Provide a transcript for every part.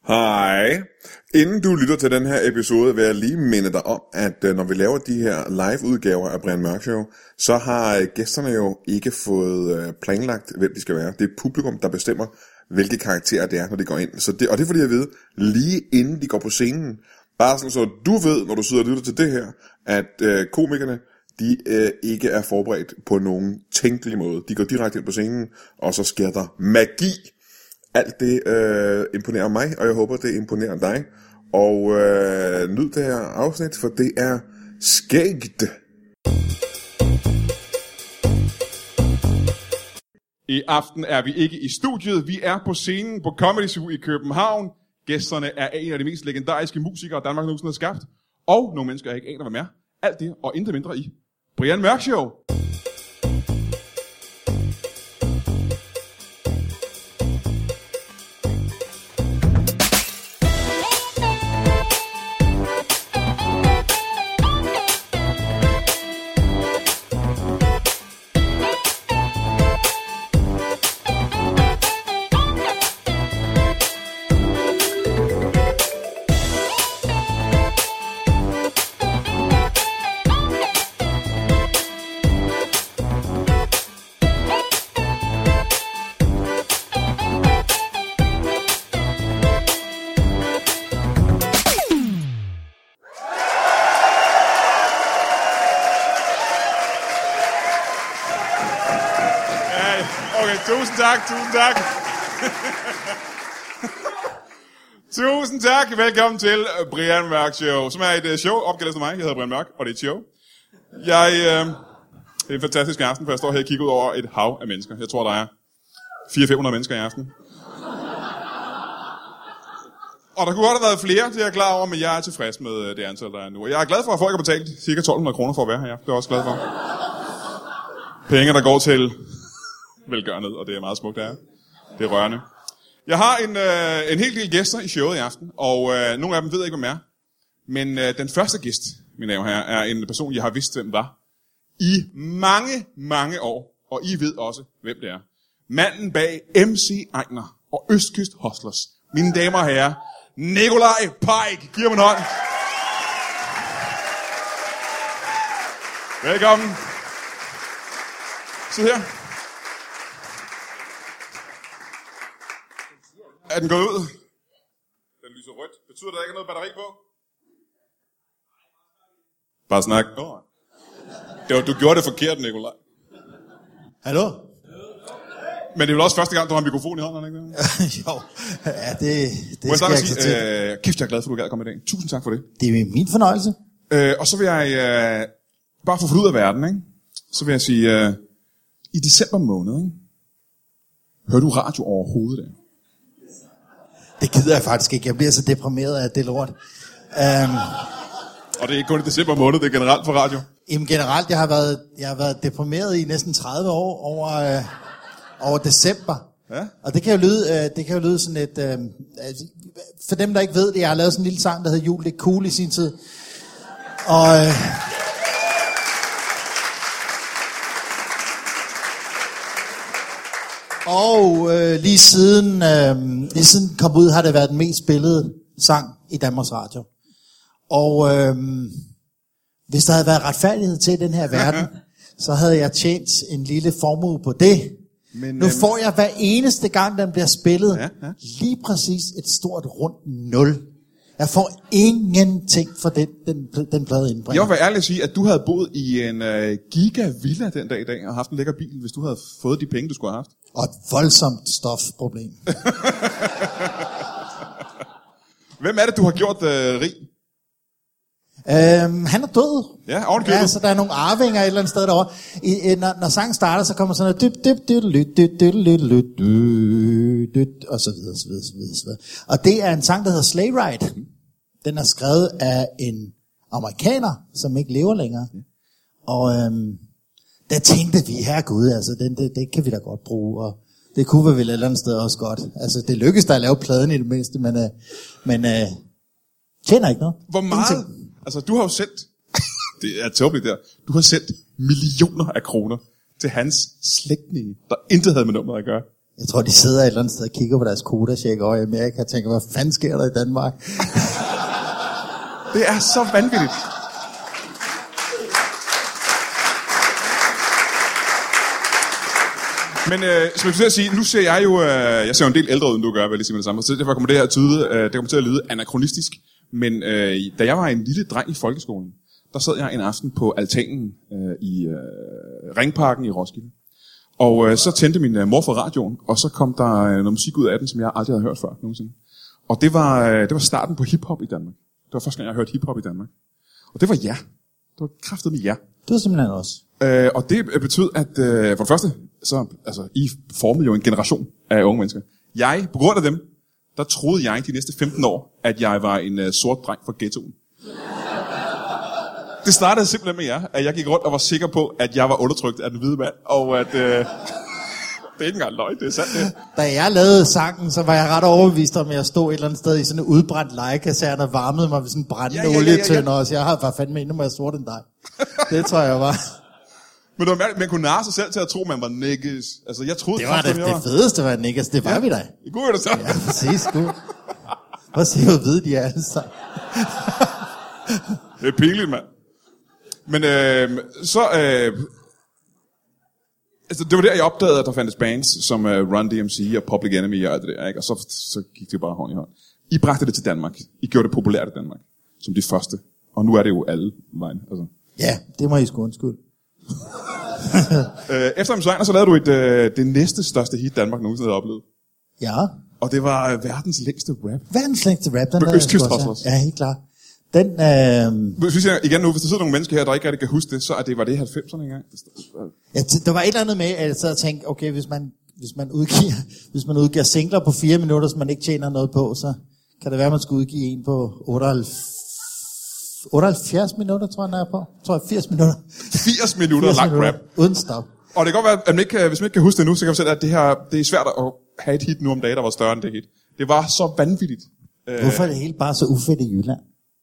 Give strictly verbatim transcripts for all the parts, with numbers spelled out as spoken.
Hej. Inden du lytter til den her episode, vil jeg lige minde dig om, at når vi laver de her live-udgaver af Brian Mørk Show, så har gæsterne jo ikke fået planlagt, hvem de skal være. Det er publikum, der bestemmer, hvilke karakterer det er, når de går ind. Så det, og det får de at vide, lige inden de går på scenen. Bare sådan, så du ved, når du sidder og lytter til det her, at øh, komikerne, de øh, ikke er forberedt på nogen tænkelig måde. De går direkte ind på scenen, og så sker der magi. Alt det øh, imponerer mig, og jeg håber, det imponerer dig. Og øh, nyd det her afsnit, for det er skægt. I aften er vi ikke i studiet. Vi er på scenen på Comedy Zoo i København. Gæsterne er en af de mest legendariske musikere, Danmark nogensinde har skabt. Og nogle mennesker, jeg ikke aner, hvad mere. Alt det og intet mindre i Brian Mørk Show. Tusind tak, tusind tak. Tusind tak. Velkommen til Brian Mørk Show, som er et show opkaldt efter mig. Jeg hedder Brian Mørk, og det er et show. Jeg, øh, det er en fantastisk aften, for jeg står her og kigger ud over et hav af mennesker. Jeg tror, der er fire til fem hundrede mennesker i aften. Og der kunne godt have været flere, det er jeg klar over, men jeg er tilfreds med det antal, der er nu. Jeg er glad for, at folk har betalt cirka tolv hundrede kroner for at være her. Det er jeg også glad for. Penge, der går til velgørenhed, og det er meget smukt, det er. Det er rørende. Jeg har en, øh, en hel del gæster i showet i aften, og øh, nogle af dem ved jeg ikke, hvem er. Men øh, den første gæst, mine damer og herrer, er en person, jeg har vidst, hvem var i mange, mange år. Og I ved også, hvem det er. Manden bag M C Eichner og Østkyst Hustlers. Mine damer og herrer, Nikolaj Pike. Giv ham en hånd. Velkommen. Sid her. Er den gået ud? Den lyser rødt. Betyder der ikke noget batteri på? Bare snak. Oh. Det var, du gjorde det forkert, Nikolaj. Hallo? Men det er vel også første gang, du har en mikrofon i hånden, ikke? Jo, ja, det, det Må skal jeg sige, øh, kæft, jeg er glad for, at du gad at komme i dag. Tusind tak for det. Det er min fornøjelse. Øh, og så vil jeg, øh, bare for at få ud af verden, ikke? Så vil jeg sige, øh, i december måned, ikke? Hører du radio overhovedet der? Det gider jeg faktisk ikke. Jeg bliver så deprimeret af det lort. Um, og det er ikke kun i december måned, det er generelt for radio? Jamen generelt, jeg har været, jeg har været deprimeret i næsten tredive år over, øh, over december. Ja? Og det kan jo lyde, øh, det kan jo lyde sådan et... Øh, for dem, der ikke ved det, jeg har lavet sådan en lille sang, der hedder Jul, det er cool i sin tid. Og... Øh, Og øh, lige siden øh, lige siden kom ud, har det været den mest spillede sang i Danmarks Radio. Og øh, hvis der havde været retfærdighed til den her verden, så havde jeg tjent en lille formue på det. Men, nu får jeg hver eneste gang, den bliver spillet, ja, ja. lige præcis et stort rundt nul. Jeg får ingenting for den, den, den plade indbringer. Jeg vil være ærlig at sige, at du havde boet i en uh, giga-villa den dag i dag, og haft en lækker bil, hvis du havde fået de penge, du skulle have haft. Og et voldsomt stofproblem. Hvem er det, du har gjort uh, rig? Øhm, han er død. Ja, ovenkøbet. Ja, så der er nogle arvinger et eller andet sted derovre. I, i, når, når sangen starter, så kommer sådan noget dyb, dyb, dyb, dyb, dyb, dyb, dyb, dyb, dyb, og så videre, så videre, så videre, så videre. Og det er en sang, der hedder Sleigh Ride. Den er skrevet af en amerikaner, som ikke lever længere. Og øhm, der tænkte vi, herregud, altså, det, det, det kan vi da godt bruge, og det kunne vi vel et eller andet sted også godt. Altså, det lykkedes der at lave pladen i det mindste, men, øh, men øh, tjener ikke noget. Hvor meget? Ingenting. Altså, du har jo sendt, det er tåbeligt der, du har sendt millioner af kroner til hans slægtninge, der intet havde med nummeret at gøre. Jeg tror, de sidder et eller andet sted og kigger på deres koda-check over i Amerika og tænker, hvad fanden sker der i Danmark? Det er så vanvittigt. Men øh, som jeg vil sige, nu ser jeg jo, øh, jeg ser jo en del ældre ud, end du gør, vil jeg sige med det samme. Så derfor kommer det her tyde, øh, det kommer til at lyde anakronistisk. Men øh, da jeg var en lille dreng i folkeskolen, der sad jeg en aften på altanen øh, i øh, Ringparken i Roskilde. Og øh, så tændte min øh, mor for radioen, og så kom der øh, noget musik ud af den, som jeg aldrig havde hørt før nogensinde. Og det var, øh, det var starten på hiphop i Danmark. Det var første gang, jeg hørte hiphop i Danmark. Og det var jer. Det var kraftet med jer. Det var simpelthen også. Øh, og det betød, at øh, for det første, så, altså, I formede jo en generation af unge mennesker. Jeg, på grund af dem, der troede jeg de næste femten år, at jeg var en øh, sort dreng fra ghettoen. Det startede simpelthen med jer, at jeg gik rundt og var sikker på, at jeg var undertrykt af den hvide mand, og at... Øh, det er ikke engang løgn, det er sandt det. Da jeg lavede sangen, så var jeg ret overbevist om, at jeg stod et eller andet sted i sådan en udbrændt legekaserne og varmede mig ved sådan en brændende ja, ja, ja, olietønder, ja, ja. Og så jeg var fandme endnu mere sort end dig. Det tror jeg var. Men det var mærkeligt, man kunne narre sig selv til at tro, man var niggas. Altså, jeg troede... Det var det, det fedeste, var niggas. Det var ja. vi da. I kunne jo det så. Ja, præcis. Prøv at se, hvor hvide de er alle sammen. Det er pinligt, mand. Men øh, så... Øh, altså, det var der, jeg opdagede, at der fandtes bands som uh, Run D M C og Public Enemy og alt det der, ikke? Og så, så gik det bare hånd i hånd. I bragte det til Danmark. I gjorde det populært i Danmark. Som de første. Og nu er det jo alle vejen. Altså. Ja, det må I sgu undskylde. øh, efter Amsterdam, så lavede du et, øh, det næste største hit, Danmark nogensinde havde oplevet. Ja. Og det var øh, verdens længste rap. Verdens længste rap, den med Østkyst også. Ja, helt klart. Den, øh... Hvis jeg, igen nu, hvis der sidder nogle mennesker her, der ikke rigtig kan huske det, så er det, var det i halvfemserne engang? Ja, t- der var et eller andet med, at jeg sad og tænkte, okay, hvis man, hvis man udgiver, hvis man udgiver singler på fire minutter, som man ikke tjener noget på, så kan det være, at man skal udgive en på otteoghalvfjerds minutter, tror jeg, den er på. Jeg tror jeg, firs minutter. firs minutter lang rap. Uden stop. Og det kan godt være, at man ikke, hvis man ikke kan huske det nu, så kan man sige, at det her, det er svært at have et hit nu om dagen, der var større end det hit. Det var så vanvittigt. Hvorfor er det hele bare så ufedt i Jylland?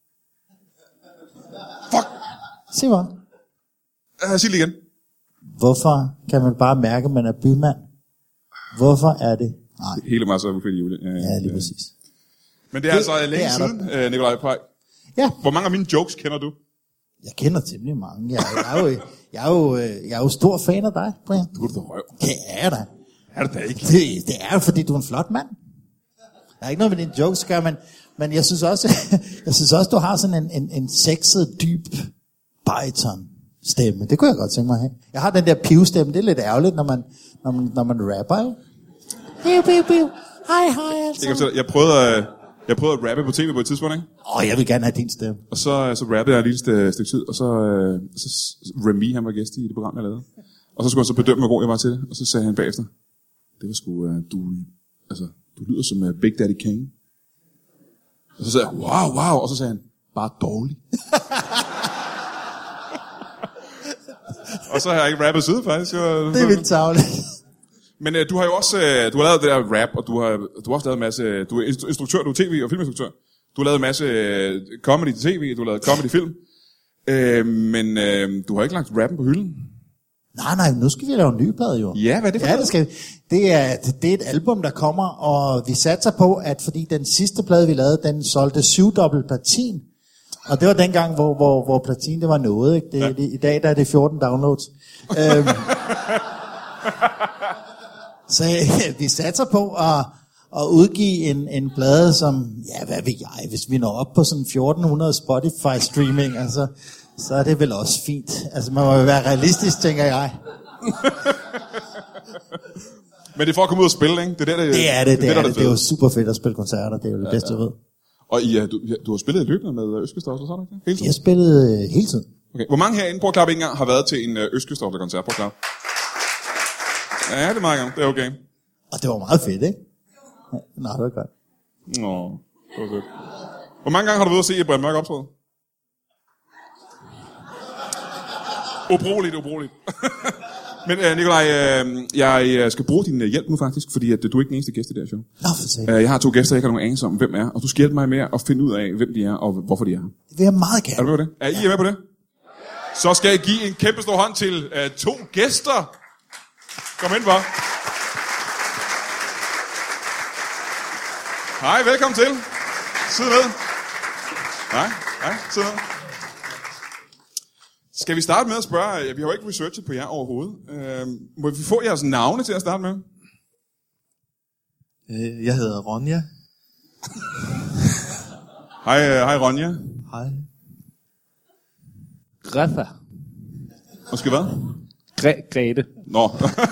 Fuck! Sig mig. Uh, sig det igen. Hvorfor kan man bare mærke, at man er bymand? Hvorfor er det? Nej. Det hele meget så ufedt i Jylland. Ja, ja, ja, lige præcis. Men det er det, altså længe er siden, uh, Nikolaj Paj. Ja. Hvor mange af mine jokes kender du? Jeg kender temmelig mange. Jeg, jeg, er, jo, jeg, er, jo, jeg er jo stor fan af dig, Brian. Du er da røv. Det er jeg da. Er det da ikke? Det, det er jo, fordi du er en flot mand. Der er ikke noget med dine jokes, gør, men, men jeg synes også, jeg synes også, du har sådan en, en, en sexet, dyb bariton stemme. Det kunne jeg godt tænke mig at have. Jeg har den der pivstemme. Det er lidt ærgerligt, når man, når man, når man rapper, ikke? Piv, piv, piv. Hej, hej, altså. Jeg, jeg prøvede... Jeg prøvede at rappe på tv på et tidspunkt, ikke? Åh, oh, jeg vil gerne have din stemme. Og så, så rappede jeg et lille stykke, stykke tid, og så, øh, så Remy, han var gæst i det program, jeg lavede. Og så skulle han så bedømme, hvor god jeg var til det, og så sagde han bagefter, det var sgu, uh, du, altså, du lyder som uh, Big Daddy Kane. Og så sagde jeg, wow, wow, og så sagde han, bare dårlig. Og så har jeg ikke rappet siden, faktisk. Det er vildt tavligt. Men øh, du har jo også øh, du har lavet det der rap, og du har du har også lavet en masse. Du er instruktør, du er tv og filminstruktør. Du har lavet en masse øh, comedy til tv, du har lavet comedy film. Øh, men øh, du har ikke lagt rappen på hylden. Nej, nej, nu skal vi lave en ny plade, jo. Ja, hvad er det for ja, det skal vi. Det er det er et album, der kommer, og vi satser på, at fordi den sidste plade vi lavede, den solgte syv dobbelt platin. Og det var dengang, hvor hvor hvor platin det var noget, ikke? Det, ja. det, i dag der er det fjorten downloads. øhm, Så øh, vi satser på at, at udgive en, en plade, som, ja, hvad ved jeg, hvis vi når op på sådan fjorten hundrede Spotify-streaming, altså, så er det vel også fint. Altså, man må jo være realistisk, tænker jeg. Men det er for at komme ud og spille, ikke? Det er, der, det, det er det, det, det er det. Det, det er jo super fedt at spille koncerter, det er jo det ja, bedste, jeg ved. Og ja, du, du har spillet løbende med Østkyst-Orkester, så har du ikke det? Hele tiden? Jeg har spillet øh, hele tiden. Okay. Hvor mange herinde på Klap ikke engang har været til en øh, Østkyst-Orkester-koncert på Klap? Ja, det er meget godt. Det er okay. Og det var meget fedt, ikke? Ja, nej, det var godt. Nå, det var fedt. Hvor mange gange har du været at se Brian Mørk optræde? Ubrugeligt, ubrugeligt. Men uh, Nikolaj, uh, jeg skal bruge din uh, hjælp nu faktisk, fordi at, uh, du er ikke den eneste gæst i det her show. Nå, for sig. Uh, jeg har to gæster, jeg ikke har nogen anelse om, hvem er, og du skal hjælpe mig med at finde ud af, hvem de er, og hvorfor de er her. Det vil jeg meget gerne. Er du med på det? Er I med på det? Så skal jeg give en kæmpe stor hånd til uh, to gæster. Kom ind, bare. Hej, velkommen til. Sid ned. Hej, hej, sid ned. Skal vi starte med at spørge, ja, vi har jo ikke researchet på jer overhovedet. Øh, må vi få jeres navne til at starte med? Øh, jeg hedder Ronja. Hej, øh, hej Ronja. Hej. Greta. Måske hvad? Gre- Grete. Nå.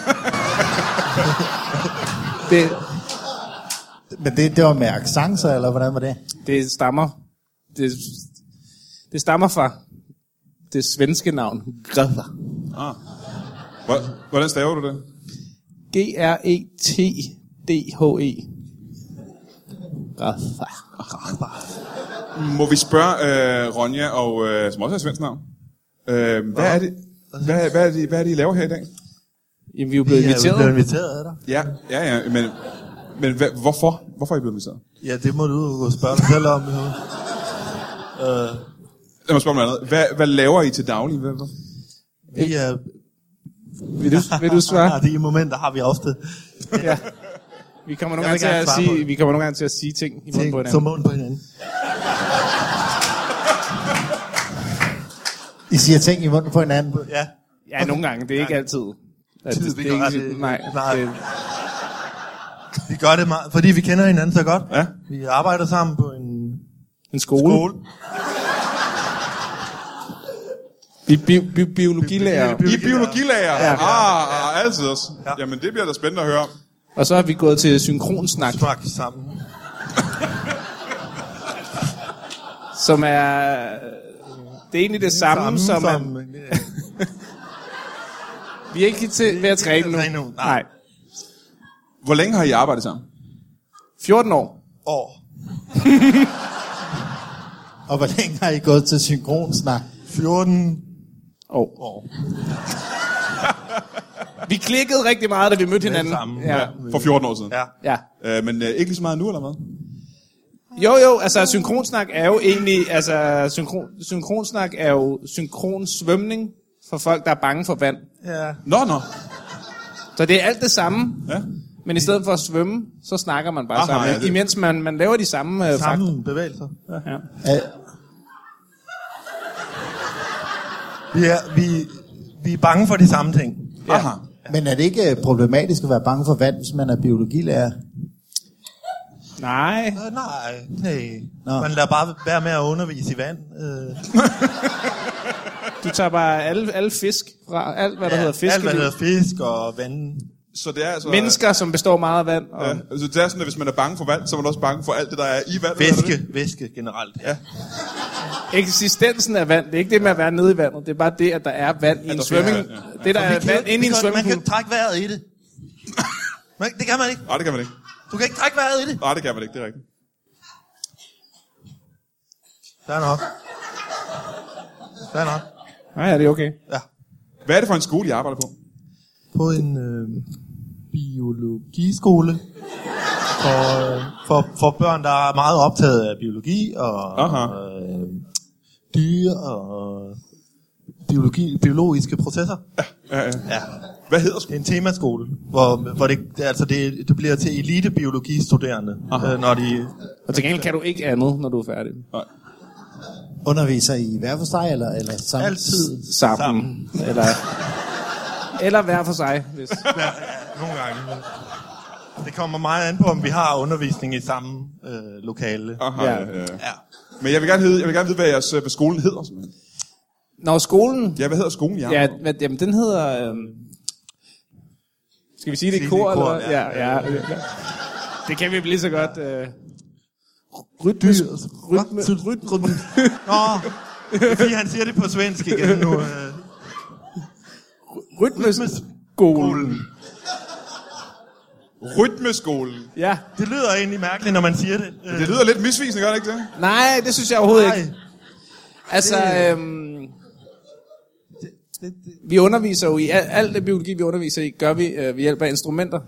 Det, Men det, det var med accent, så, eller hvordan var det? det stammer. Det, det stammer fra det svenske navn. Greta. Ah. Hvordan staver du det? G R E T D H E. Greta. Må vi spørge øh, Ronja, og, øh, som også er et svensk navn. Øh, hvad, er det, hvad, hvad, er det, hvad er det, I laver her i dag? Jamen, vi er jo blevet Jeg er inviteret. blevet inviteret af dig. Ja, ja, ja, men, men hvad, hvorfor? Hvorfor er I blevet inviteret? Ja, det må du spørge dig selv om. Jo. Øh, Lad mig spørge om noget andet. Hvad, hvad laver I til daglig? Hvad, hvad? vi er... Vil du, vil du svare? Ja, de momenter har vi ofte. Ja. Vi kommer nogle Jeg gange vil til gerne at svare på sige, det. vi kommer nogle gange til at sige ting i munden på Ting, som hinanden. munden på hinanden. I siger ting i munden på hinanden. Ja. Ja, nogle gange. Det er ikke altid. At Tid, det, vi det er gør ikke, det- nej, nej. det, Vi gør det meget, fordi vi kender hinanden så godt. Ja. Vi arbejder sammen på en en skole. skole. Vi er bi- bi- biologilærer. I er biologilærer? Ja. Ah, ah, altid også. Ja. Jamen, det bliver da spændende at høre om. Og så har vi gået til synkronsnak, Snak sammen. som er... Det er egentlig det samme, som... Er, som vi er ikke til ved at træne nu. træne nu, nej. Nej. Hvor længe har I arbejdet sammen? fjorten år. år. Og hvor længe har I gået til synkronsnak? fjorten år. år. Vi klikkede rigtig meget, da vi mødte hinanden. sammen. Ja. Ja. For fjorten år siden. Ja. Ja. Øh, men øh, ikke lige så meget nu, eller hvad? Jo, jo, altså synkronsnak er jo egentlig, altså synkron, synkronsnak er jo synkron svømning for folk, der er bange for vand. Ja. Nå, nå. Så det er alt det samme, Ja. men i stedet for at svømme, så snakker man bare Aha, sammen, ja, det- imens man, man laver de samme øh, fakta. Samme bevægelser. Ja. Øh, Vi er, vi, vi er bange for de samme ting. Aha. Men er det ikke øh, problematisk at være bange for vand, hvis man er biologilærer? Nej, Øh, nej, nej. Nå. Man lader bare være med at undervise i vand. Øh, du tager bare alle, alle fisk fra, alt hvad der ja, hedder fisk. alt, hvad der hedder fisk og vand. Så det er altså... Mennesker, som består meget af vand. Og, Ja, altså det er sådan, at hvis man er bange for vand, så er man også bange for alt det, der er i vand. eller er det Væske, væske generelt. Ja. eksistensen af vand, det er ikke det med at være nede i vandet, det er bare det, at der er vand i en der svømming. er- ja, ja. Det, der Vi er kan vand jo- inde i vi en kan- Man kan svømmepool. ikke trække vejret i det. Man, det kan man ikke. det? Nej, det kan man ikke. Du kan ikke trække vejret i det. Nej, det kan man ikke, det er rigtigt. Der er nok. Der er nok. Nej, ja, det er okay. Ja. Hvad er det for en skole, I arbejder på? På en øh, biologiskole for, øh, for, for børn, der er meget optaget af biologi og Aha. øh, dyr og biologi, biologiske processer. Ja, ja. Ja. Hvad hedder Det skolen? er en temaskole, hvor, hvor det, altså det, det bliver til elitebiologistuderende, øh, når de... Og til gengæld kan du ikke andet, når du er færdig. Nej. Underviser I hver for sig, eller, eller sammen? Altid Sammen. sammen. Eller, eller hver for sig. Hvis. Ja, ja, nogle gange. Men det kommer meget an på, om vi har undervisning i samme øh, lokale. Aha, Ja. ja. Ja, ja. Ja. Men jeg vil gerne vide, jeg vil gerne vide hvad, jeres, hvad skolen hedder. Simpelthen. Når skolen... Ja, hvad hedder skolen, I Ja, arbejder på? hvad, jamen den hedder... Øhm, skal vi sige det i Sige kor, det i kor, eller hvad? ja. Ja, ja, ja. Det kan vi lige så godt... Øh, rytme... Dyr. Rytme... Hvad? rytme Nå, det er fordi han siger det på svensk igen nu. Øh. rytmeskolen. Rytmeskolen. Ja. Det lyder egentlig mærkeligt, når man siger det. Øh, Det lyder lidt misvisende, gør det ikke det? Nej, det synes jeg overhovedet nej. ikke. Altså, Det- øhm, Det, det, vi underviser jo i al, alt det biologi, vi underviser i, gør vi øh, ved hjælp af instrumenter.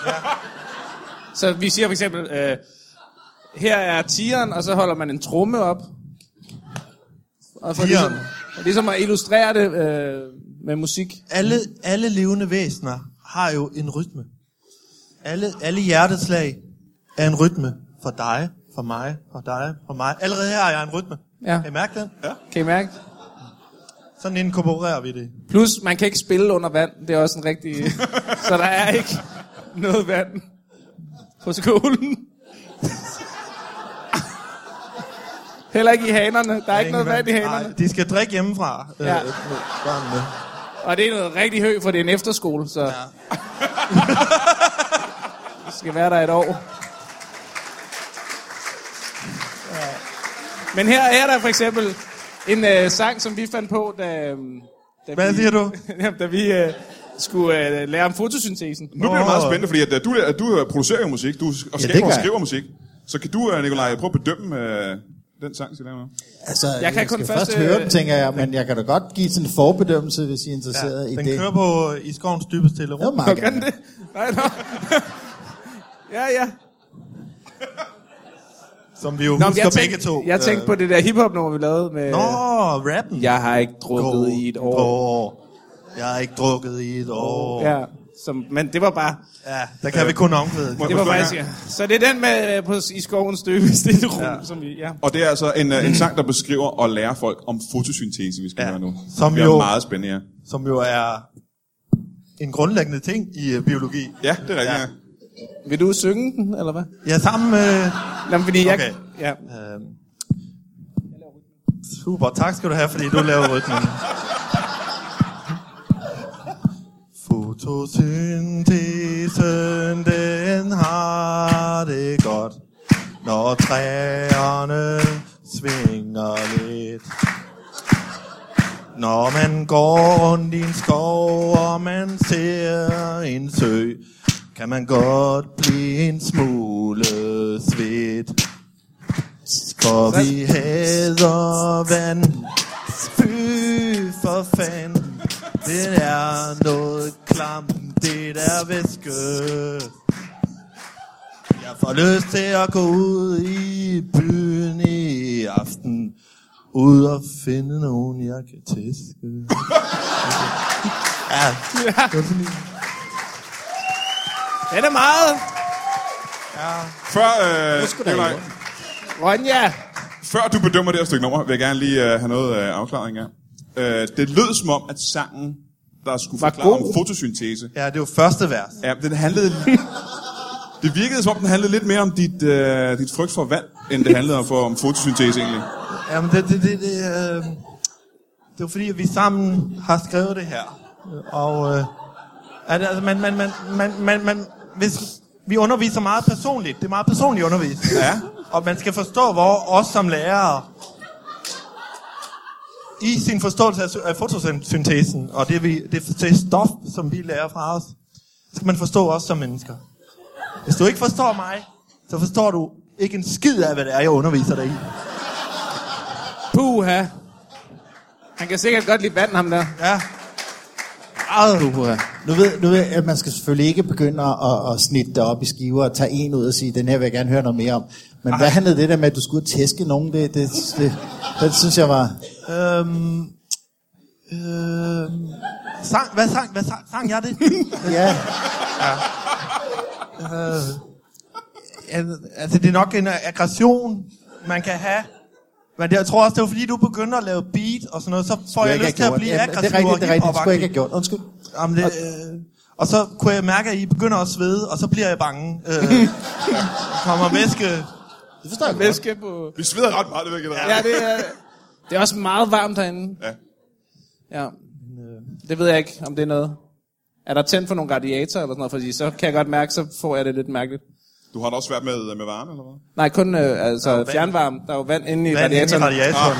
Så vi siger for eksempel, øh, her er tigeren, og så holder man en tromme op. Og for Tigeren. ligesom, og ligesom at illustrere det øh, med musik. alle, alle levende væsener har jo en rytme. Alle, alle hjerteslag er en rytme for dig, for mig, for dig, for mig. Allerede her har jeg en rytme. Ja. Kan I mærke den? Ja. Kan I mærke? Sådan inkorporerer vi det. Plus, man kan ikke spille under vand. Det er også en rigtig... Så der er ikke noget vand på skolen. Heller ikke i hanerne. Der er ikke noget vand i hanerne. Nej, de skal drikke hjemmefra. Ja. Øh, børnene. Og det er noget rigtig høj, for det er en efterskole, så... Ja. Det skal være der et år. Ja. Men her er der for eksempel en øh, sang, som vi fandt på, da... da Hvad vi, siger du? da vi øh, skulle øh, lære om fotosyntesen. Nu bliver det meget spændende, fordi at, at du, at du producerer jo musik, du og Ja, skaber og gør jeg. skriver musik. Så kan du, Nikolaj, prøve at bedømme øh, den sang, skal lave. Altså, Jeg jeg, kan jeg kun skal først, først øh, høre den, tænker jeg, men jeg kan da godt give sådan en forbedømmelse, hvis I er interesseret Ja, i den det. kører på i skovens dybe stille Det var rum. meget Kan gerne. det? Nej, no. Ja, ja. Som vi jo Nå, men husker jeg begge tænkte, to. jeg tænkte på det der hiphop-nummer, vi lavede med... Nå, rappen. Jeg har ikke drukket i et år. år. Jeg har ikke drukket i et år. Ja, som, men det var bare... Ja, der kan vi kun omkvæde. Det var bare, jeg siger. Så det er den med øh, på, i skovens dybe stille rum, Ja. som vi... Ja. Og det er altså en, øh, en sang, der beskriver og lærer folk om fotosyntese, vi skal Ja. høre nu. Som det er jo- meget spændende, ja. Som jo er en grundlæggende ting i uh, biologi. Ja, det er rigtigt, Ja. ja. Vil du synge den, eller hvad? Ja, sammen med... Nå, men fordi jeg... Okay. Ja. Øhm, super, tak skal du have, fordi du laver rytmen. Fotosyntesen, den har det godt, når træerne svinger lidt. Når man går rundt i en skov, og man ser en sø, kan man godt blive en smule svedt. For vi hader vand. Fy for fanden. Det er noget klamt, det der væske. Jeg får lyst til at gå ud i byen i aften. Ud og finde nogen, jeg kan tæske. Ja, Den er meget... Før, øh, Nikolaj, Ronja! før du bedømmer det her stykke nummer, vil jeg gerne lige øh, have noget øh, afklaring af. Øh, det lød som om, at sangen, der skulle Var forklare god. om fotosyntese, ja, det var første vers. ja, den handlede... Det virkede som om, den handlede lidt mere om dit, øh, dit frygt for vand, end det handlede om, for, om fotosyntese egentlig. Jamen, det, det, det, det, øh, det var fordi, at vi sammen har skrevet det her. Og øh, at, altså, man, man, man, man, man, man, hvis vi underviser meget personligt, det er meget personlig undervisning. Ja. Og man skal forstå, hvor os som lærere, i sin forståelse af, af fotosyntesen, og det, vi, det, det stof, som vi lærer fra os, skal man forstå os som mennesker. Hvis du ikke forstår mig, så forstår du ikke en skid af, hvad det er, jeg underviser dig i. Puha. Han kan sikkert godt lide vand, ham der. Ja. Puha. Nu ved, nu ved jeg, at man skal selvfølgelig ikke begynde at, at snitte det op i skiver og tage en ud og sige, den her vil jeg gerne høre noget mere om. Men Ej. hvad handlede det der med, at du skulle tæske nogen? Det, det, det, det synes jeg var... Øhm, øhm, sang, hvad sang, hvad sang, sang jeg det? Ja, øh, altså, det er nok en aggression, man kan have. Men det, jeg tror også, det var fordi, du begynder at lave beat og sådan noget, så får jeg, jeg lyst til at blive ja, aggressiv. det er rigtigt, det er rigtigt. Det skulle jeg ikke have gjort. gjort. Undskyld. Jamen, det, øh, og så kunne jeg mærke, at I begynder at svede, og så bliver jeg bange. Øh, kommer væske. Det forstår jeg godt. Væske på... Vi sveder ret meget, det vil jeg Ja, det er, det er også meget varmt herinde. Ja. Ja. Det ved jeg ikke, om det er noget. Er der tændt for nogle radiatorer eller sådan noget? Fordi så kan jeg godt mærke, så får jeg det lidt mærkeligt. Du har da også været med, med varme, eller hvad? Nej, kun øh, altså vand. fjernvarme. Der er jo vand inde i Vand inde i radiatoren. radiatoren.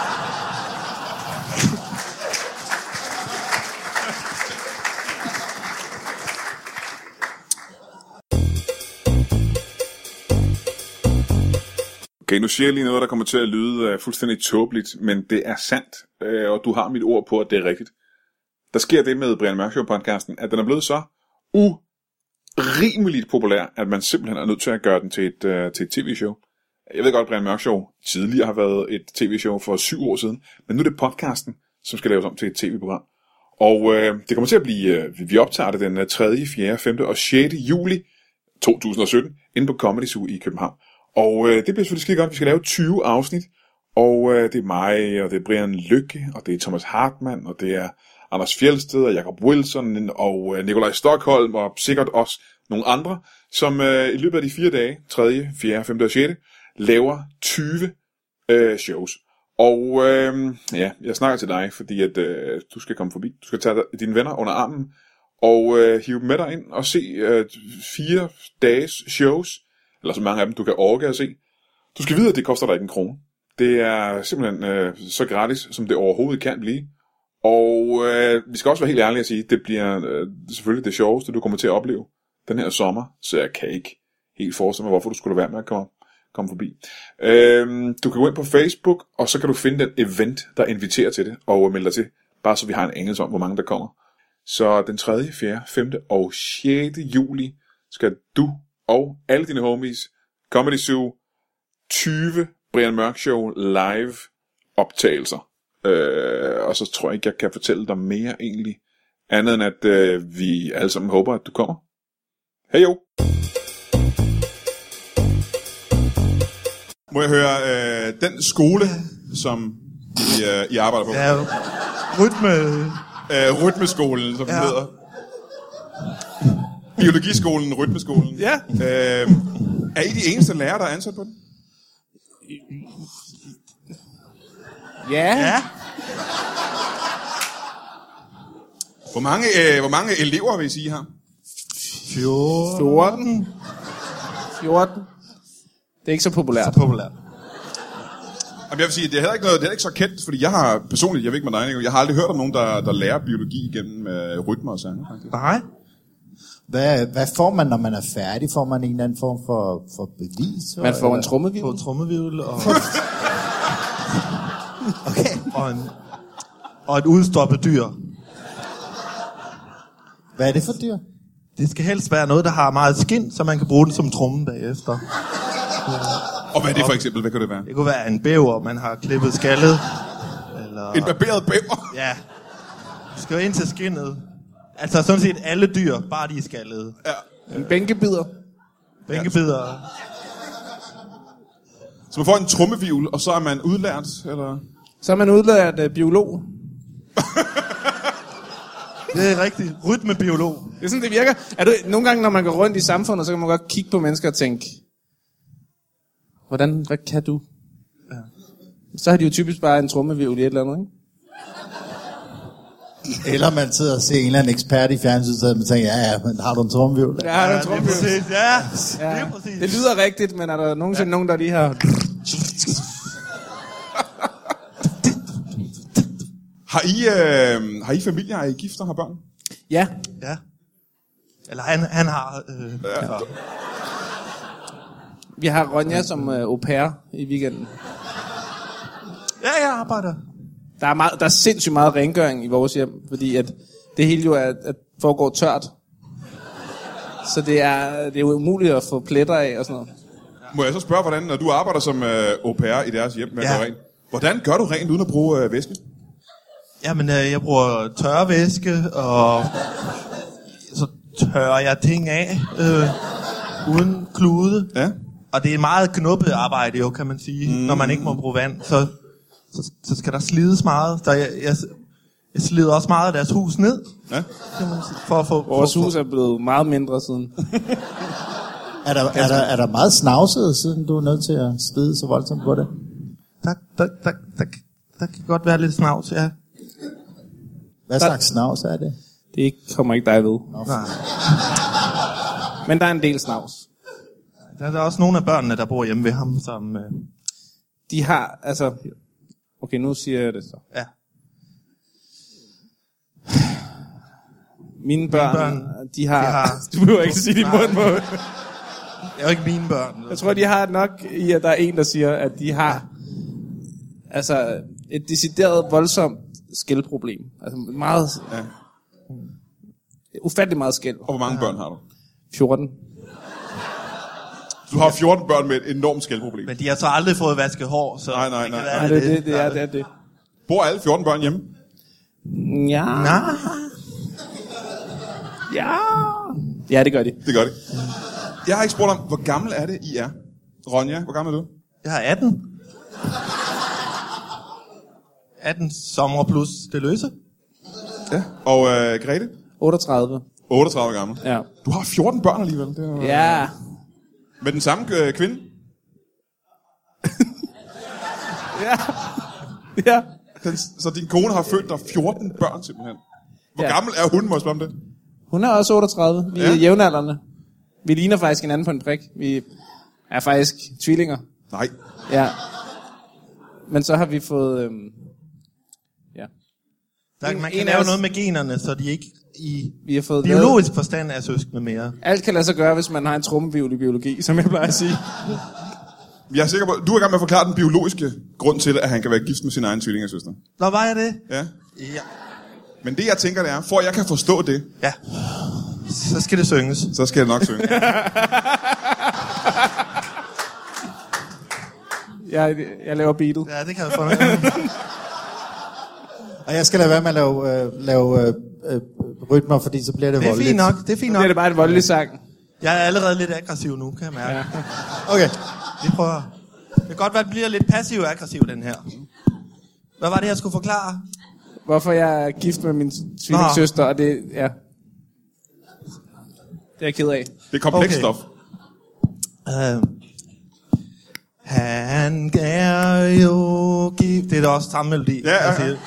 Okay, nu siger jeg lige noget, der kommer til at lyde uh, fuldstændig tåbeligt, men det er sandt, uh, og du har mit ord på, at det er rigtigt. Der sker det med Brian Mørk Show-podcasten, at den er blevet så urimeligt populær, at man simpelthen er nødt til at gøre den til et, uh, til et tv-show. Jeg ved godt, at Brian Mørk Show tidligere har været et tv-show for syv år siden, men nu er det podcasten, som skal laves om til et tv-program. Og uh, det kommer til at blive, uh, vi optager det den tredje, fjerde, femte og sjette juli to tusind og sytten inde på Comedy Zoo i København. Og øh, det bliver selvfølgelig skide godt. Vi skal lave tyve afsnit. Og øh, det er mig, og det er Brian Lykke, og det er Thomas Hartmann, og det er Anders Fjeldsted, og Jacob Wilson, og øh, Nikolaj Stockholm, og sikkert også nogle andre, som øh, i løbet af de fire dage, tredje, fjerde, femte og sjette, laver tyve øh, shows. Og øh, ja, jeg snakker til dig, fordi at øh, du skal komme forbi. Du skal tage dine venner under armen, og øh, hive dem med dig ind og se øh, fire dages shows, eller så mange af dem, du kan orke at se. Du skal vide, at det koster dig ikke en krone. Det er simpelthen øh, så gratis, som det overhovedet kan blive. Og øh, vi skal også være helt ærlige at sige, at det bliver øh, selvfølgelig det sjoveste, du kommer til at opleve den her sommer. Så jeg kan ikke helt forestille mig, hvorfor du skulle være med at komme, komme forbi. Øh, du kan gå ind på Facebook, og så kan du finde den event, der inviterer til det, og melde dig til. Bare så vi har en anelse om, hvor mange der kommer. Så den tredje, fjerde, femte og sjette juli skal du og alle dine homies Comedy Zoo tyve Brian Mørk Show live optagelser. Øh, og så tror jeg ikke, jeg kan fortælle dig mere egentlig, andet end at øh, vi alle sammen håber, at du kommer. Hej jo! Må jeg høre, øh, den skole, som I, øh, I arbejder på? Ja, rytme... Øh, rytmeskolen, som ja. den hedder. Biologiskolen, rytmeskolen. Ja. Øh, er I de eneste lærere, der er ansat på den? Ja. Ja. Hvor mange, øh, hvor mange elever vil I sige her? fjorten. fjorten. Det er ikke så populært. Så populært. Jamen, jeg vil sige, det er heller ikke noget, det er ikke så kendt, fordi jeg har personligt, jeg ved ikke med dig, jeg har aldrig hørt om nogen, der, der lærer biologi gennem øh, rytmer og sange, faktisk. Nej. Hvad, hvad får man, når man er færdig? Får man en eller anden form for, for bevis? Man får eller? en trommevivl. På trommevivl og... Okay. og, en, og et udstoppet dyr. Hvad er det for dyr? Det skal helst være noget, der har meget skin, så man kan bruge den som tromme bagefter. Og hvad er det for eksempel? Hvad kan det være? Det kunne være en bæver, man har klippet skaldet. Eller... En barberet bæver? Ja. Du skal jo ind til skindet. Altså sådan set alle dyr, bare de er skaldede. Ja. En bænkebider. Bænkebider. Så man får en trommevivl, og så er man udlært, eller? Så er man udlært uh, biolog. Det er rigtigt. Rytmebiolog. Det er sådan, det virker. Er du, nogle gange, når man går rundt i samfundet, så kan man godt kigge på mennesker og tænke, hvordan, hvad kan du? Ja. Så har de jo typisk bare en trommevivl i et eller andet, ikke? Eller man sidder og ser en eller anden ekspert i fjernsynet, og man tænker, ja, ja, men har du en trommevivl? Ja, har du en trommevivl? Ja, Ja, det, præcis. det lyder rigtigt, men er der nogensinde ja. nogen, der lige har... Har I, øh, har I familie? Har I gift og har børn? Ja. Ja. Eller han, han har... Øh, ja. Vi har Ronja som uh, au pair i weekenden. Ja, jeg arbejder. Der er, meget, der er sindssygt meget rengøring i vores hjem, fordi at det hele jo er, at foregår tørt. Så det er, det er jo umuligt at få pletter af og sådan noget. Må jeg så spørge, hvordan, når du arbejder som øh, au pair i deres hjem med Ja. at gøre rent, hvordan gør du rent uden at bruge øh, væske? Jamen, øh, jeg bruger tørvæske, og så tørrer jeg ting af øh, uden klude. Ja. Og det er meget knuppet arbejde jo, kan man sige, mm. når man ikke må bruge vand. Så, så, så skal der slides meget. Så jeg, jeg, jeg slider også meget af deres hus ned. Ja. Kan man sige, for at få, Vores for, hus er blevet meget mindre siden. Er der, er, der, er der meget snavset, siden du er nødt til at slide så voldsomt på det? der, der, der, der, der kan godt være lidt snavs, ja. Hvad slags snavs er det? Det kommer ikke dig ved. Nej. Men der er en del snavs. Der er også nogle af børnene, der bor hjemme ved ham, som... Øh, De har, altså... Okay, nu siger jeg det så. ja. Mine børn, børn, de har... de har- Du behøver ikke sige det i munden på. Det er jo ikke mine børn. Jeg tror, de har nok i, at der er en, der siger, at de har... Altså, et decideret voldsomt skældproblem. Altså, meget... Ja. Ufattelig meget skæld. Og hvor mange børn har du? fjorten. Du har fjorten børn med et enormt skældproblem. Men de har så aldrig fået vasket hår, så... Nej, nej, nej. det kan være, Nej, det, det, det, er, det er det. Bor alle fjorten børn hjemme? Ja. Nej. Ja. Ja, det gør de. Det gør det. Jeg har ikke spurgt om, hvor gammel er det, I er? Ronja, hvor gammel er du? Jeg er atten. atten sommer plus det løse. Ja. Og øh, Grete? otteogtredive. otteogtredive gammel. Ja. Du har fjorten børn alligevel. Det er, Ja. Med den samme øh, kvinde? Ja. Ja. Den, så din kone har født dig fjorten børn simpelthen. Hvor Ja. gammel er hun, må jeg spørge om det? Hun er også otteogtredive. Vi er Ja. jævnaldrende. Vi ligner faktisk hinanden på en prik. Vi er faktisk tvillinger. Nej. Ja. Men så har vi fået... Øhm, ja. Der, En- man kan en af lave os- noget med generne, så de ikke i Vi har fået biologisk forstand er søskende mere. lavet- Alt kan lade sig gøre, hvis man har en trommevivl i biologi, som jeg plejer at sige. Jeg er sikker på, du er i gang med at forklare den biologiske grund til, at han kan være gift med sin egen tvillingesøster. Nå, var jeg det? Ja. Ja. Men det, jeg tænker, det er, for at jeg kan forstå det, Ja. Så skal det synges. så skal jeg nok synge. Jeg, jeg laver beatet. Ja, det kan jeg få med. Og jeg skal lade være med at lave, øh, lave øh, øh, rytmer, fordi så bliver det Det er voldeligt. fint nok, det er fint Nu er nok. det bare et voldeligt sang. Jeg er allerede lidt aggressiv nu, kan jeg mærke. Ja. Okay. Vi prøver. Det kan godt være, at det bliver lidt passiv-aggressiv, den her. Hvad var det, jeg skulle forklare? Hvorfor jeg er gift med min tvillingssøster, og det... Ja. Det er jeg ked af. Det er komplekst Okay. stof. Uh, han er jo gift. Det er da også samme melodi. Ja, ja, jeg ja. siger.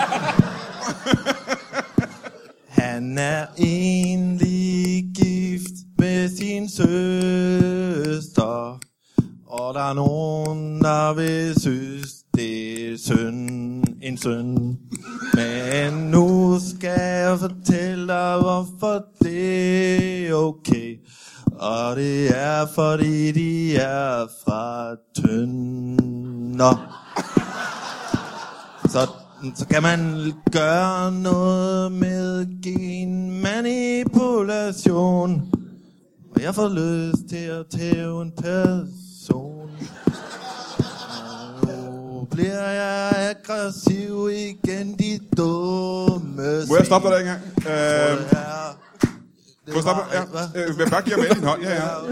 Han er egentlig gift med sin søster, og der er nogen, der vil synes, det er synd, en synd. Men nu skal jeg fortælle dig, hvorfor det er okay. Og det er, fordi de er fra Tønder. Så, så kan man gøre noget med genmanipulation. Og jeg får lyst til at tæve en person. Nu bliver jeg aggressiv igen, de dumme. Må jeg stoppe dig der engang? Øh, Ja. må jeg stoppe? Ja. Øh, vil jeg bare give ham med din hånd? Ja, ja. Okay.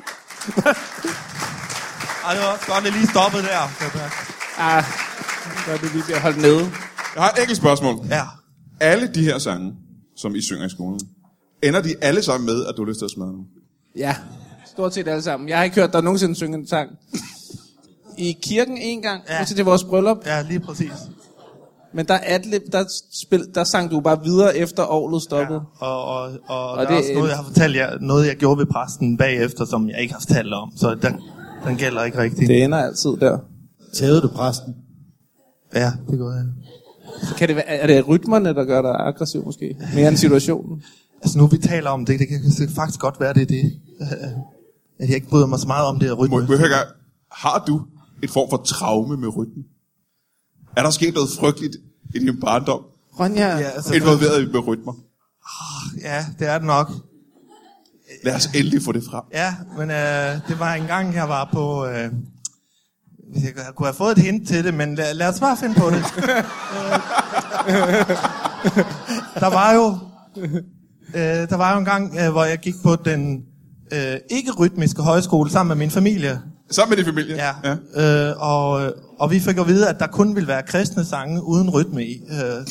Ej, det var også godt, at lige stoppede der. Ah, så er det lige bliver holdt nede. Jeg har et enkelt spørgsmål. Ja. Alle de her sange, som I synger i skolen, ender de alle sammen med, at du har lyst til at smadre dem? Ja, stort set alle sammen. Jeg har ikke hørt dig nogensinde synge en sang. I kirken en gang, Ja. ja. til vores bryllup, Ja, lige præcis. men der, adlib, der, spil, der sang du bare videre efter orglet stoppede. Ja. Og, og, og, og Og der er det- også noget, jeg har fortalt jer, noget jeg gjorde ved præsten bagefter, som jeg ikke har fortalt om. Så den, den gælder ikke rigtigt. Det ender altid der. Tævede du præsten? Ja, det gør jeg. Kan det være, er det rytmerne, der gør dig aggressiv måske? Mere end situationen? Altså nu vi taler om det, det kan, det kan faktisk godt være, det er det. At jeg ikke bryder mig så meget om det her rytme. Må, må jeg høre engang, har du et form for traume med rytmen? Er der sket noget frygteligt i din barndom, Ronja, Ja, altså, involveret med rytmer? ja, det er det nok. Lad os endelig få det frem. Ja, men øh, det var en gang, jeg var på... Øh, jeg kunne have fået et hint til det, men lad, lad os bare finde på det. der var jo... Øh, der var jo en gang, øh, hvor jeg gik på den øh, ikke-rytmiske højskole sammen med min familie. Sammen med din familie? Ja. ja. Øh, og, og vi fik at vide, at der kun ville være kristne sange uden rytme i. Øh.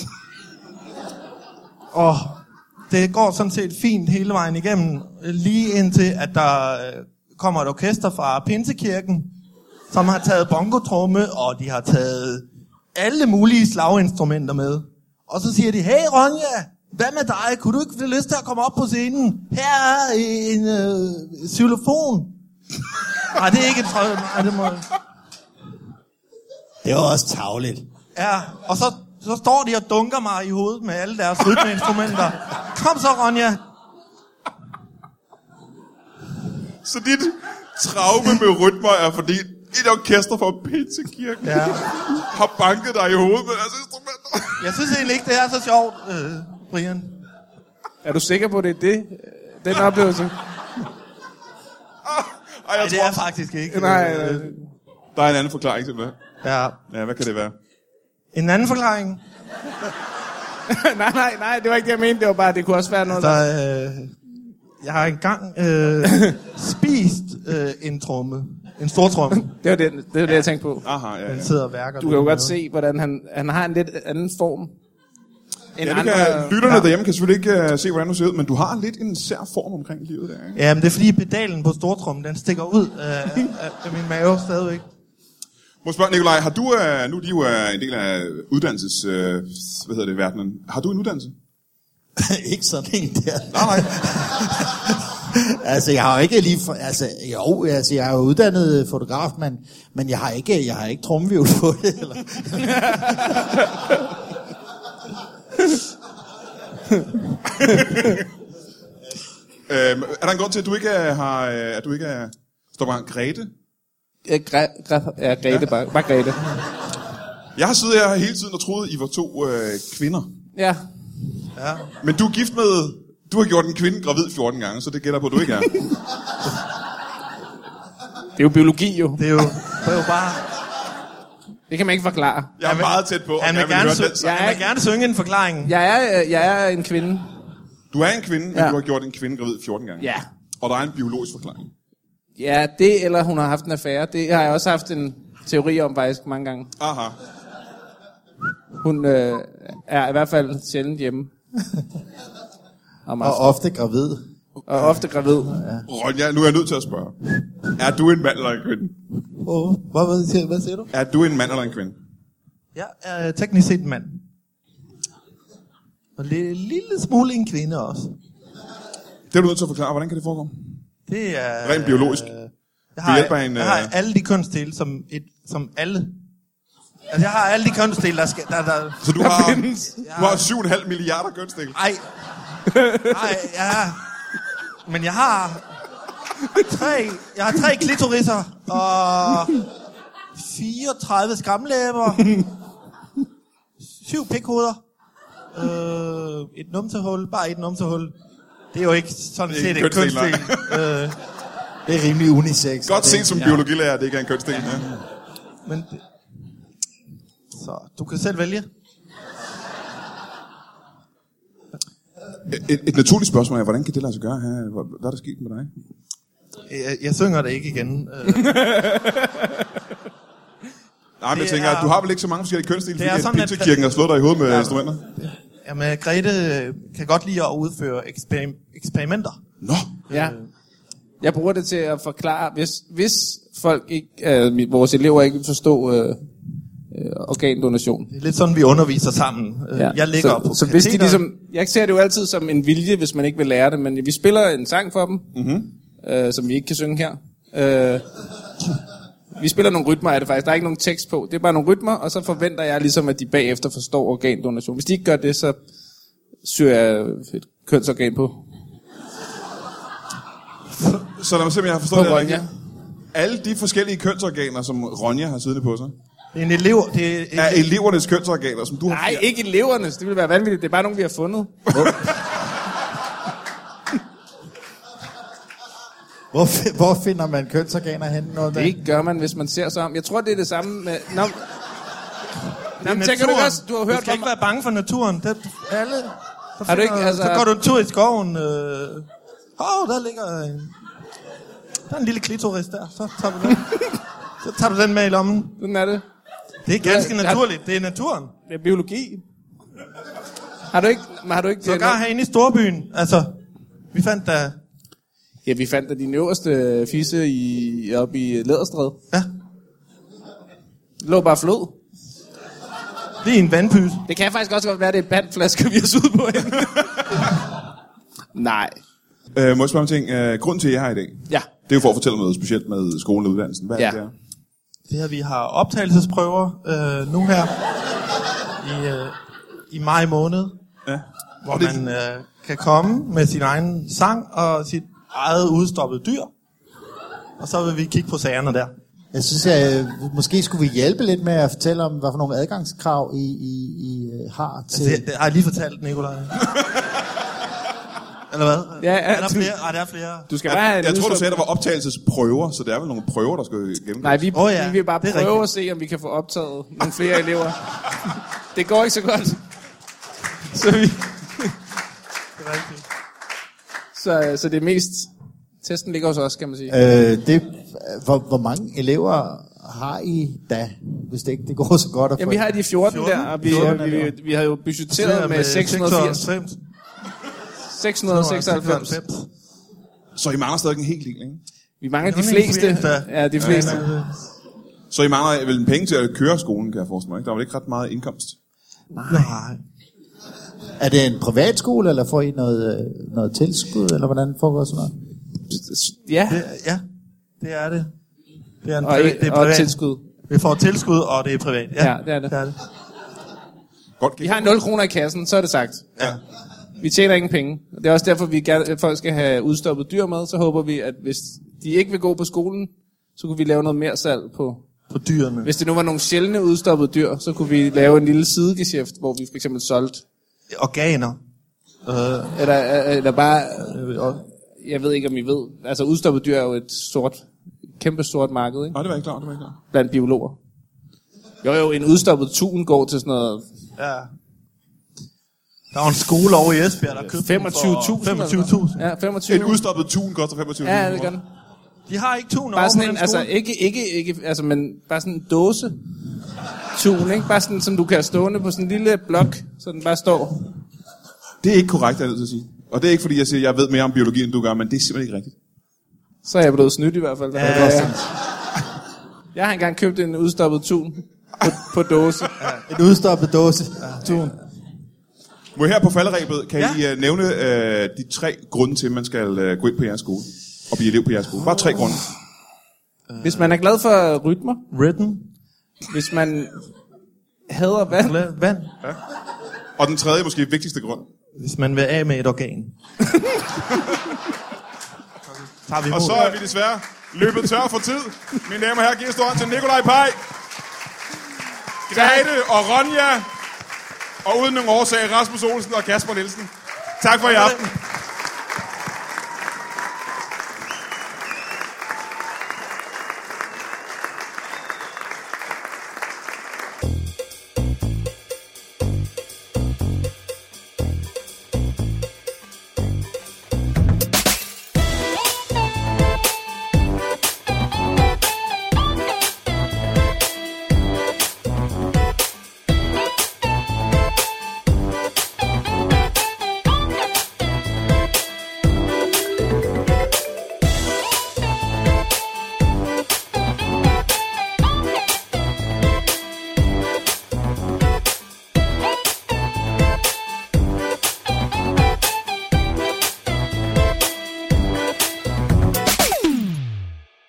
Og det går sådan set fint hele vejen igennem, lige indtil at der øh, kommer et orkester fra Pinsekirken, som har taget bongotromme, og de har taget alle mulige slaginstrumenter med. Og så siger de, hey Ronja, hvad med dig? Kunne du ikke få lyst til at komme op på scenen? Her er en øh, xylofon. Nej, det er ikke et trøje. Nej, det må... Det var også tarveligt. Ja, og så, så står de og dunker mig i hovedet med alle deres rytmeinstrumenter. Kom så, Ronja. Så dit traume med rytmer er, fordi et orkester fra Pinsekirken Ja. har banket dig i hovedet med deres instrumenter. Jeg synes egentlig ikke, det er så sjovt, øh, Brian. er du sikker på, det er det? Den oplevelse? Ej, Nej, jeg det er tror, faktisk ikke. Nej, øh, nej. der er en anden forklaring til det. Ja. Ja, hvad kan det være? En anden forklaring. nej, nej, nej, det var ikke det, jeg mente. Det var bare, det kunne også være noget, der... Der, øh, jeg har engang øh, spist øh, en tromme En stortrum. Det var det, det, var det jeg tænkte på. Aha, ja, ja. Den sidder og værker. Du kan jo godt se, hvordan han, han har en lidt anden form. End Ja, det andre, kan, lytterne ja. derhjemme kan selvfølgelig ikke uh, se, hvordan du ser ud, men du har lidt en sær form omkring livet der, ikke? Ja, men det er fordi pedalen på stortrummen, den stikker ud af, af, af min mave stadigvæk. Må jeg spørge, Nikolaj, har du, uh, nu er de jo uh, en del af uddannelses, uh, hvad hedder det, verdenen. Har du en uddannelse? Ikke sådan en der. Nej, nej. Altså, jeg har ikke lige... For, altså, jo, altså, jeg er jo uddannet fotograf, men, men jeg har ikke, jeg har ikke trommevirvel på det, eller... øhm, er der en grund til, at du ikke er, har, at du ikke er... Står bare Grete? Ja, Gre- Gre- ja, Grete, bare, bare Grete. Jeg har siddet her hele tiden og troet, I var to øh, kvinder. Ja. Ja. Men du er gift med... Du har gjort en kvinde gravid fjorten gange, så det gætter på, at du ikke er. Det er jo biologi, jo. Det er jo, det er jo bare... Det kan man ikke forklare. Jeg er vil- meget tæt på, og Han vil, jeg vil gerne, høre sy- den sang. Jeg han er vil gerne synge en forklaring. Jeg er, øh, jeg er en kvinde. Du er en kvinde, men Ja. du har gjort en kvinde gravid fjorten gange. Ja. Og der er en biologisk forklaring. Ja, det eller hun har haft en affære. Det har jeg også haft en teori om faktisk mange gange. Aha. Hun øh, er i hvert fald sjældent hjemme. Om Og aftenen. ofte gravid. Og ofte gravid. Ronja, nu er jeg nødt til at spørge. Er du en mand eller en kvinde? Oh, hvad, hvad, siger, hvad siger du? Er du en mand eller en kvinde? Jeg er teknisk set en mand. Og en lille smule en kvinde også. Det er du nødt til at forklare. Hvordan kan det foregå? Det er... Rent biologisk. Øh, jeg Ved har, hjælp af en, jeg har øh, alle de kønsdele, som, et, som alle... Altså, jeg har alle de kønsdele, der skal... Der, der, Så du har, findes. du har syv komma fem milliarder kønsdele. ej. Nej, jeg har... Men jeg har... Tre... Jeg har tre klitorisser, og... fireogtredive skamlæber. Syv pikhoveder. Øh, et numsehul. Bare et numsehul. Det er jo ikke sådan Det er set ikke et kønsdel, nej. kønsdel. Øh, Det er rimelig unisex. Godt Det- set som biologilærer, at det ikke er en kønsdel. Ja. men... det- Så, du kan selv vælge. Et, et naturligt spørgsmål er, hvordan kan det lade sig gøre her? Hvad hvad er der sket med dig? Jeg, jeg synger det ikke igen. Øh, Nej, men jeg Det tænker, er- at du har vel ikke så mange forskellige kønsdele, Det er fordi sådan, at at- Pinsekirken har slået dig i hovedet med instrumenter. Jamen, Grete kan godt lide at udføre eksperim- eksperimenter. Nå, Ja. Jeg bruger det til at forklare, hvis, hvis folk ikke, øh, vores elever ikke vil forstå øh, øh, organdonation. Det er lidt sådan, vi underviser sammen. Øh, Ja. Jeg ligger så, op på så hvis de katederet. ligesom, jeg ser det jo altid som en vilje, hvis man ikke vil lære det, men vi spiller en sang for dem, mm-hmm. øh, som vi ikke kan synge her. Øh, vi spiller nogle rytmer af det faktisk, der er ikke nogen tekst på, det er bare nogle rytmer, og så forventer jeg ligesom, at de bagefter forstår organdonation. Hvis de ikke gør det, så syr jeg et kønsorgan på. så lad mig se, om jeg har På forstået det Ronja. rigtigt. Alle de forskellige kønsorganer, som Ronja har siddende på sig, Det er en elev. Det er, er elevernes kønsorganer, som du har... Nej, ikke elevernes, det ville være vanvittigt, det er bare nogle, vi har fundet. Hvor, fi- hvor finder man kønsorganer henne? Noget der? Det gør man, hvis man ser sig om. Jeg tror, det er det samme med... Nå, Nå, men tænker du naturen. ikke også, du har hørt... Du skal ikke være bange for naturen. Det, alle, der Har du ikke, finder- altså- Så går du en tur i skoven. Øh, Åh, oh, der ligger en... Der er en lille klitoris der. Så tager du den, så tager du den med i lommen. Sådan er det. Det er ganske Ja, naturligt. Det er naturen. Det er biologi. Har du ikke... men Har du ikke Så gør herinde i storbyen. Altså, vi fandt da... Ja, vi fandt da din øverste fisse i, oppe i Læderstræde. Ja, Det lå bare flod. det er en vandpyse. Det kan faktisk også godt være, det er bandflasker, vi har suget på hende. Nej. Øh, må jeg spørge om ting? Øh, grunden til, at jeg er her i dag, Ja. det er jo for at fortælle noget specielt med skolen og uddannelsen. Hvad er Ja. det der? Det her, vi har optagelsesprøver øh, nu her i, øh, i maj måned, Ja. hvor man øh, kan komme med sin egen sang og sit eget udstoppet dyr. Og så vil vi kigge på sagerne der. Jeg synes, at måske skulle vi hjælpe lidt med at fortælle om, hvad for nogle adgangskrav I, I, I øh, har til... Altså, det, det har jeg lige fortalt, Nikolaj. Eller hvad? Ja, ja, er der du- flere? Ah, der er flere. Du skal bare have Jeg, en jeg tror, du udslutning. sagde, at der var optagelsesprøver, så det er vel nogle prøver, der skal gennemgås. Nej, vi, Åh, ja. vi vil bare Det er prøve rigtigt. at se, om vi kan få optaget nogle flere elever. Det går ikke så godt. Så, vi, Det er rigtigt. så, så det er mest Testen ligger hos os, kan man sige. Øh, det, hvor, hvor mange elever har I da, hvis det ikke det går så godt? At Jamen, vi har de fjorten, fjorten der, og vi, fjorten vi, vi, vi har jo budgetteret med seks hundrede og firs. seks hundrede og seksoghalvfems. Så I mangler stadig en hel del, ikke? Vi mangler de fleste. Ja, de fleste. Så I mangler vel en penge til at køre skolen, kan jeg forestille mig, ikke? Der er vel ikke ret meget indkomst? Nej. Er det en privatskole, eller får I noget, noget tilskud, eller hvordan foregår sådan noget? Ja. Det, ja, det er det. Det er en og, privat, det er og privat. tilskud. Vi får tilskud, og det er privat. Ja, ja det er det. det, er det. Godt, vi har nul kroner i kassen, så er det sagt. Ja. Vi tjener ingen penge. Det er også derfor, vi gerne, folk skal have udstoppet dyr med. Så håber vi, at hvis de ikke vil gå på skolen, så kunne vi lave noget mere salg på, på dyrene. Hvis det nu var nogle sjældne udstoppede dyr, så kunne vi lave en lille sidegeschæft, hvor vi for eksempel solgte organer. Uh, eller, eller bare... Jeg ved ikke, om I ved. Altså, udstoppet dyr er jo et stort, kæmpe stort marked, ikke? Nej, det var ikke klart, det var ikke klart. Blandt biologer. Jo, jo, en udstoppet tun går til sådan noget... Ja. Der var en skole over i Esbjerg, der købte femogtyve tusind. femogtyve tusind. Ja, femogtyve. En udstoppet tun koster femogtyve tusind. Ja, det gør den. De har ikke tun bare over sådan på en, den altså, skole. ikke, ikke, ikke, altså, men bare sådan en dåse tun, ikke? Bare sådan, som du kan stående på sådan en lille blok, så den bare står. Det er ikke korrekt, jeg er nødt til at sige. Og det er ikke, fordi jeg siger, at jeg ved mere om biologi, end du gør, men det er simpelthen ikke rigtigt. Så er jeg blevet snydt i hvert fald. Ja, ja. Jeg har engang købt en udstoppet tun på, på dåse. Ja. En udstoppet dåse tun. Må jeg her på falderæbet, kan ja. I uh, nævne uh, de tre grunde til, at man skal uh, gå ind på jeres skole og blive elev på jeres skole? Bare tre grunde. Hvis man er glad for rytmer. Rhythm. Hvis man hader vand. Vand. Ja. Og den tredje, måske vigtigste grund. Hvis man vil af med et organ. Og så er vi desværre løbet tør for tid. Mine damer og herrer, giver stort til Nikolaj Paj, Grete og Ronja, og uden nogen årsag, Rasmus Olsen og Kasper Nielsen. Tak for i aften.